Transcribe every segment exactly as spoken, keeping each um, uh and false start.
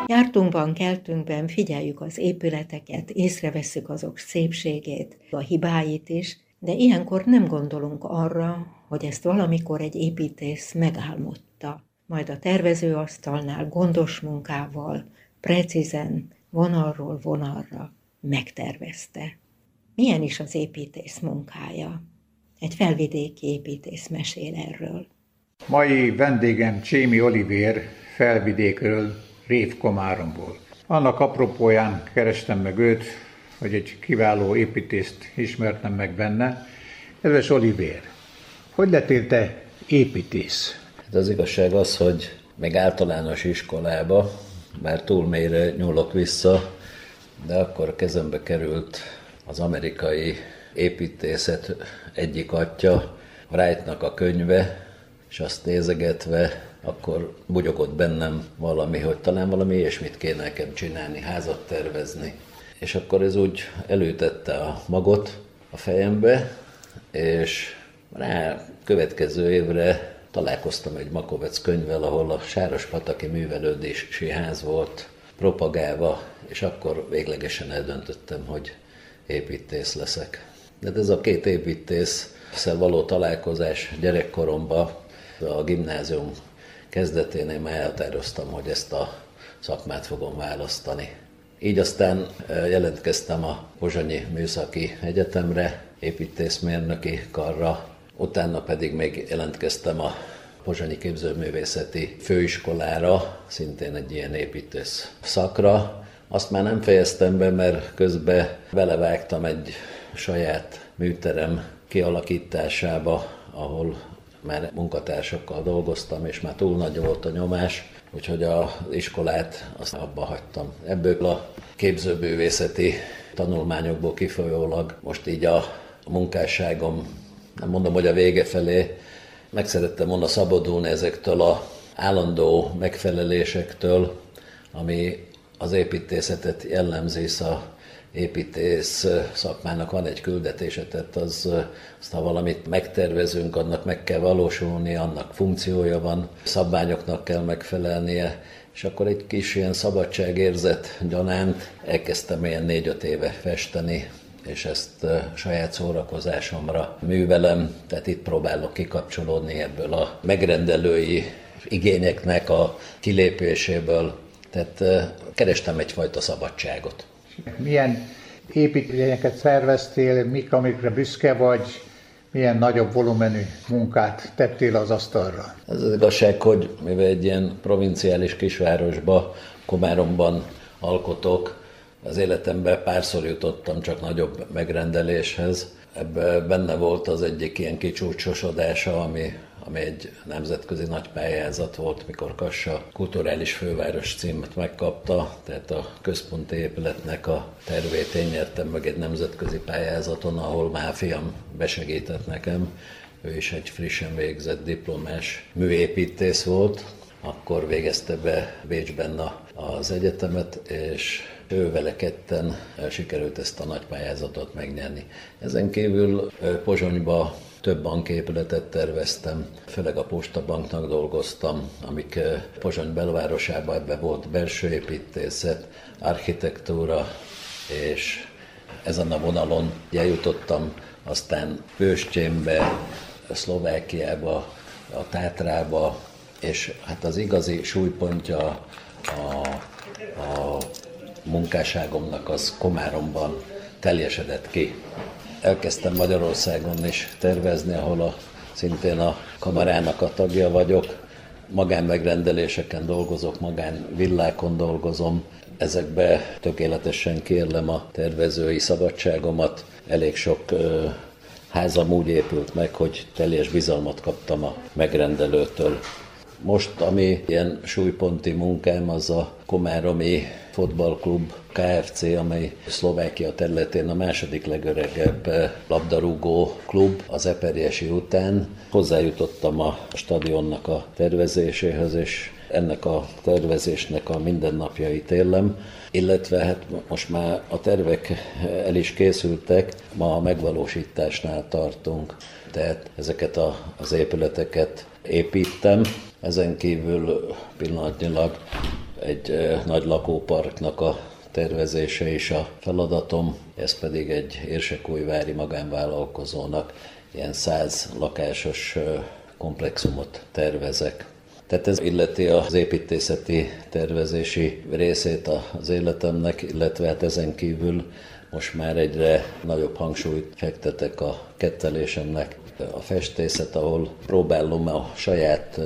Jártunkban, keltünkben figyeljük az épületeket, észrevesszük azok szépségét, a hibáit is, de ilyenkor nem gondolunk arra, hogy ezt valamikor egy építész megálmodta. Majd a tervezőasztalnál gondos munkával, precízen, vonalról vonalra megtervezte. Milyen is az építész munkája? Egy felvidéki építész mesél erről. Mai vendégem Csémi Olivér felvidékről, Révkomáromból. Annak apropóján kerestem meg őt, hogy egy kiváló építészt ismertem meg benne. Kedves Olivér, hogy lettél te építész? Hát az igazság az, hogy még általános iskolába, bár túl mélyre nyúlok vissza, de akkor kezembe került az amerikai építészet egyik atya, Wrightnak a könyve, és azt nézegetve, akkor bugyogott bennem valami, hogy talán valami ilyesmit kéne nekem csinálni, házat tervezni. És akkor ez úgy előtette a magot a fejembe, és rá következő évre találkoztam egy Makovec könyvvel, ahol a Sárospataki művelődési ház volt propagálva, és akkor véglegesen eldöntöttem, hogy építész leszek. De ez a két építésszel való találkozás gyerekkoromban, a gimnázium kezdetén én már elhatároztam, hogy ezt a szakmát fogom választani. Így aztán jelentkeztem a Pozsonyi Műszaki Egyetemre, építészmérnöki karra, utána pedig még jelentkeztem a Pozsonyi Képzőművészeti Főiskolára, szintén egy ilyen építész szakra. Azt már nem fejeztem be, mert közben belevágtam egy saját műterem kialakításába, ahol már munkatársakkal dolgoztam, és már túl nagy volt a nyomás, úgyhogy az iskolát azt abba hagytam. Ebből a képzőművészeti tanulmányokból kifolyólag most így a munkásságom, nem mondom, hogy a vége felé, meg szerettem volna szabadulni ezektől az állandó megfelelésektől, ami az építészetet jellemzi, hisz a építész szakmának van egy küldetése, tehát az, azt, ha valamit megtervezünk, annak meg kell valósulni, annak funkciója van, szabványoknak kell megfelelnie, és akkor egy kis ilyen szabadságérzet gyanánt elkezdtem ilyen négy-öt éve festeni, és ezt saját szórakozásomra művelem, tehát itt próbálok kikapcsolódni ebből a megrendelői igényeknek a kilépéséből, tehát kerestem egyfajta szabadságot. Milyen építményeket szerveztél, mik, amikre büszke vagy, milyen nagyobb volumenű munkát tettél az asztalra? Ez az igazság, hogy mivel egy ilyen provinciális kisvárosba, Komáromban alkotok, az életemben párszor jutottam csak nagyobb megrendeléshez. Ebben benne volt az egyik ilyen kicsúcsosodása, ami, ami egy nemzetközi nagy pályázat volt, mikor Kassa kulturális főváros címet megkapta, tehát a központi épületnek a tervét én nyertem meg egy nemzetközi pályázaton, ahol már fiam besegített nekem. Ő is egy frissen végzett diplomás műépítész volt, akkor végezte be Bécsben az egyetemet, és ő vele ketten sikerült ezt a nagy pályázatot megnyerni. Ezen kívül Pozsonyba több banképületet terveztem, főleg a Postabanknak dolgoztam, amik Pozsony belvárosában, ebben volt belső építészet, architektúra, és ezen a vonalon eljutottam aztán Pőstjénbe, Szlovákiába, a Tátrába, és hát az igazi súlypontja a, a munkásságomnak az Komáromban teljesedett ki. Elkezdtem Magyarországon is tervezni, ahol a, szintén a kamarának a tagja vagyok. Magánmegrendeléseken dolgozok, magánvillákon dolgozom. Ezekbe tökéletesen kérlem a tervezői szabadságomat. Elég sok ö, házam úgy épült meg, hogy teljes bizalmat kaptam a megrendelőtől. Most, ami ilyen súlyponti munkám, az a Komáromi Fotballklub Kft., amely Szlovákia területén a második legöregebb labdarúgó klub az Eperjesi után. Hozzájutottam a stadionnak a tervezéséhez, és ennek a tervezésnek a mindennapjait élem, illetve hát most már a tervek el is készültek, ma a megvalósításnál tartunk, tehát ezeket a, az épületeket építem. Ezen kívül pillanatnyilag egy nagy lakóparknak a tervezése is a feladatom, ez pedig egy érsekújvári magánvállalkozónak ilyen száz lakásos komplexumot tervezek. Tehát ez illeti az építészeti tervezési részét az életemnek, illetve hát ezen kívül most már egyre nagyobb hangsúlyt fektetek a kettelésemnek. A festészet, ahol próbálom a saját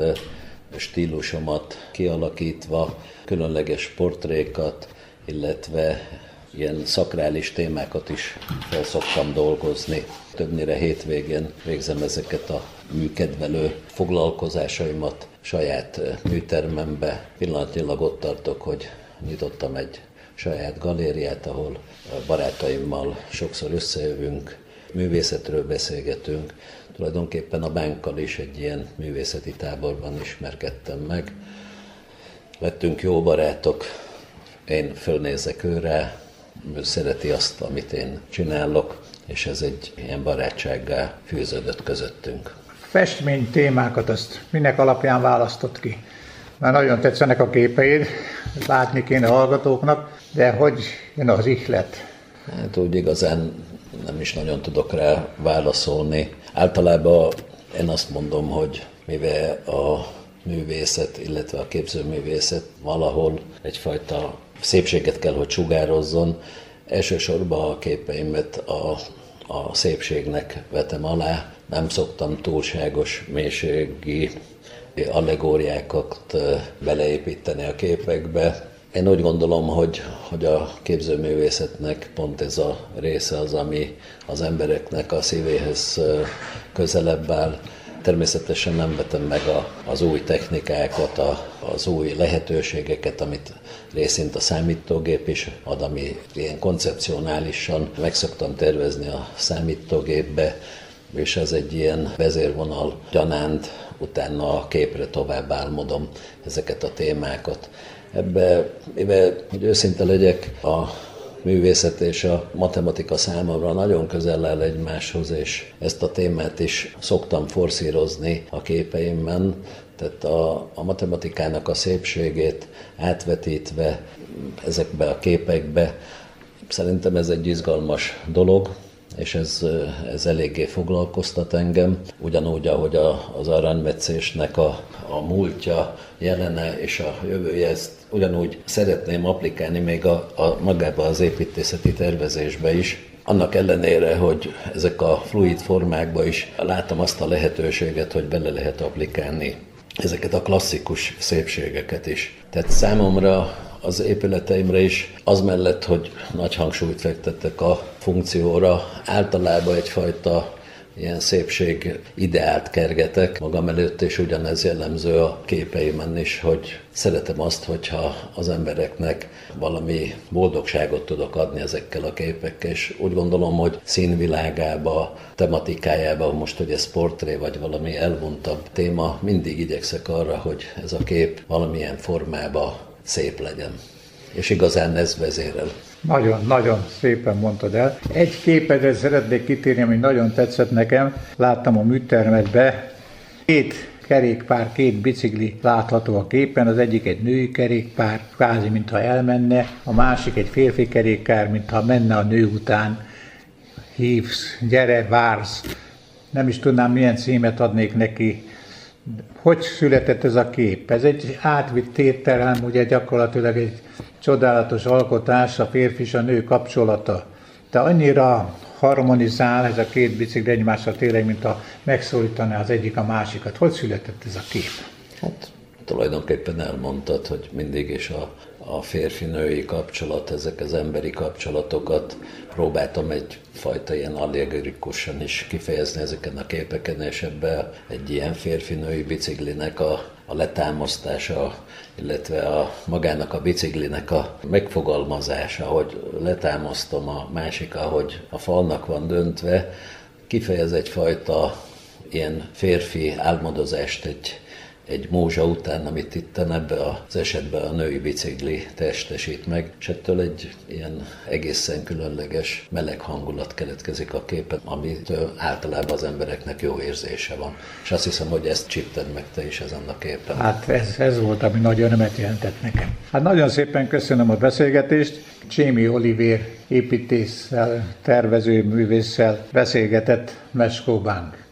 stílusomat kialakítva, különleges portrékat, illetve ilyen szakrális témákat is fel szoktam dolgozni. Többnyire hétvégén végzem ezeket a műkedvelő foglalkozásaimat saját műtermembe. Pillanatnyilag ott tartok, hogy nyitottam egy saját galériát, ahol barátaimmal sokszor összejövünk, művészetről beszélgetünk. Tulajdonképpen a Bánkkal is egy ilyen művészeti táborban ismerkedtem meg. Lettünk jó barátok, én fölnézek őre, ő szereti azt, amit én csinálok, és ez egy ilyen barátsággá fűződött közöttünk. Festmény témákat azt minek alapján választott ki? Már nagyon tetszenek a képeid, látni kéne a hallgatóknak, de hogy jön az ihlet? Hát úgy igazán nem is nagyon tudok rá válaszolni. Általában én azt mondom, hogy mivel a művészet, illetve a képzőművészet valahol egyfajta szépséget kell, hogy sugározzon, elsősorban a képeimet a, a szépségnek vetem alá. Nem szoktam túlságos mélységi allegóriákat beleépíteni a képekbe. Én úgy gondolom, hogy, hogy a képzőművészetnek pont ez a része az, ami az embereknek a szívéhez közelebb áll. Természetesen nem vetem meg a, az új technikákat, a, az új lehetőségeket, amit részint a számítógép is ad, ami ilyen koncepcionálisan meg szoktam tervezni a számítógépbe, és ez egy ilyen vezérvonal gyanánt, utána a képre tovább álmodom ezeket a témákat. Ebbe, mivel, hogy őszinte legyek, a művészet és a matematika számomra nagyon közel áll egymáshoz, és ezt a témát is szoktam forszírozni a képeimben, tehát a, a matematikának a szépségét átvetítve ezekbe a képekbe. Szerintem ez egy izgalmas dolog, és ez, ez eléggé foglalkoztat engem, ugyanúgy, ahogy a, az aranymetszésnek a, a múltja, jelene és a jövője, ezt ugyanúgy szeretném applikálni még a, a magába az építészeti tervezésbe is. Annak ellenére, hogy ezek a fluid formákba is látom azt a lehetőséget, hogy bele lehet applikálni ezeket a klasszikus szépségeket is. Tehát számomra az épületeimre is az mellett, hogy nagy hangsúlyt fektettek a funkcióra, általában egyfajta ilyen szépség ideált kergetek magam előtt, és ugyanez jellemző a képeimen is, hogy szeretem azt, hogyha az embereknek valami boldogságot tudok adni ezekkel a képekkel, és úgy gondolom, hogy színvilágába, tematikájába, most, hogy ez portré vagy valami elvontabb téma, mindig igyekszek arra, hogy ez a kép valamilyen formában szép legyen. És igazán ez vezérel. Nagyon-nagyon szépen mondtad el. Egy képedre szeretnék kitérni, ami nagyon tetszett nekem. Láttam a műtermetbe. Két kerékpár, két bicikli látható a képen. Az egyik egy női kerékpár, kvázi mintha elmenne. A másik egy férfi kerékpár, mintha menne a nő után. Hívsz, gyere, vársz. Nem is tudnám, milyen címet adnék neki. Hogy született ez a kép? Ez egy átvitt tételem, ugye gyakorlatilag egy csodálatos alkotás, a férfi és a nő kapcsolata. De annyira harmonizál ez a két bicikli egymással tényleg, mint a megszólítaná az egyik a másikat. Hogy született ez a kép? Hát tulajdonképpen elmondtad, hogy mindig is a, a férfi-női kapcsolat, ezek az emberi kapcsolatokat próbáltam egyfajta ilyen allegorikusan is kifejezni ezeken a képeken, és ebben egy ilyen férfi-női biciklinek a, a letámasztása, illetve a magának a biciklinek a megfogalmazása, hogy letámasztom a másik, ahogy a falnak van döntve, kifejez egyfajta ilyen férfi álmodozást, egy, egy mózsa után, amit itt ebbe az esetben a női bicikli testesít meg, és ettől egy ilyen egészen különleges, meleg hangulat keletkezik a képen, amitől általában az embereknek jó érzése van. És azt hiszem, hogy ezt csípted meg te is ezen a képen. Hát ez, ez volt, ami nagy örömet jelentett nekem. Hát nagyon szépen köszönöm a beszélgetést. Csémy Olivér építésszel, tervező művésszel beszélgetett Meskó Bánk.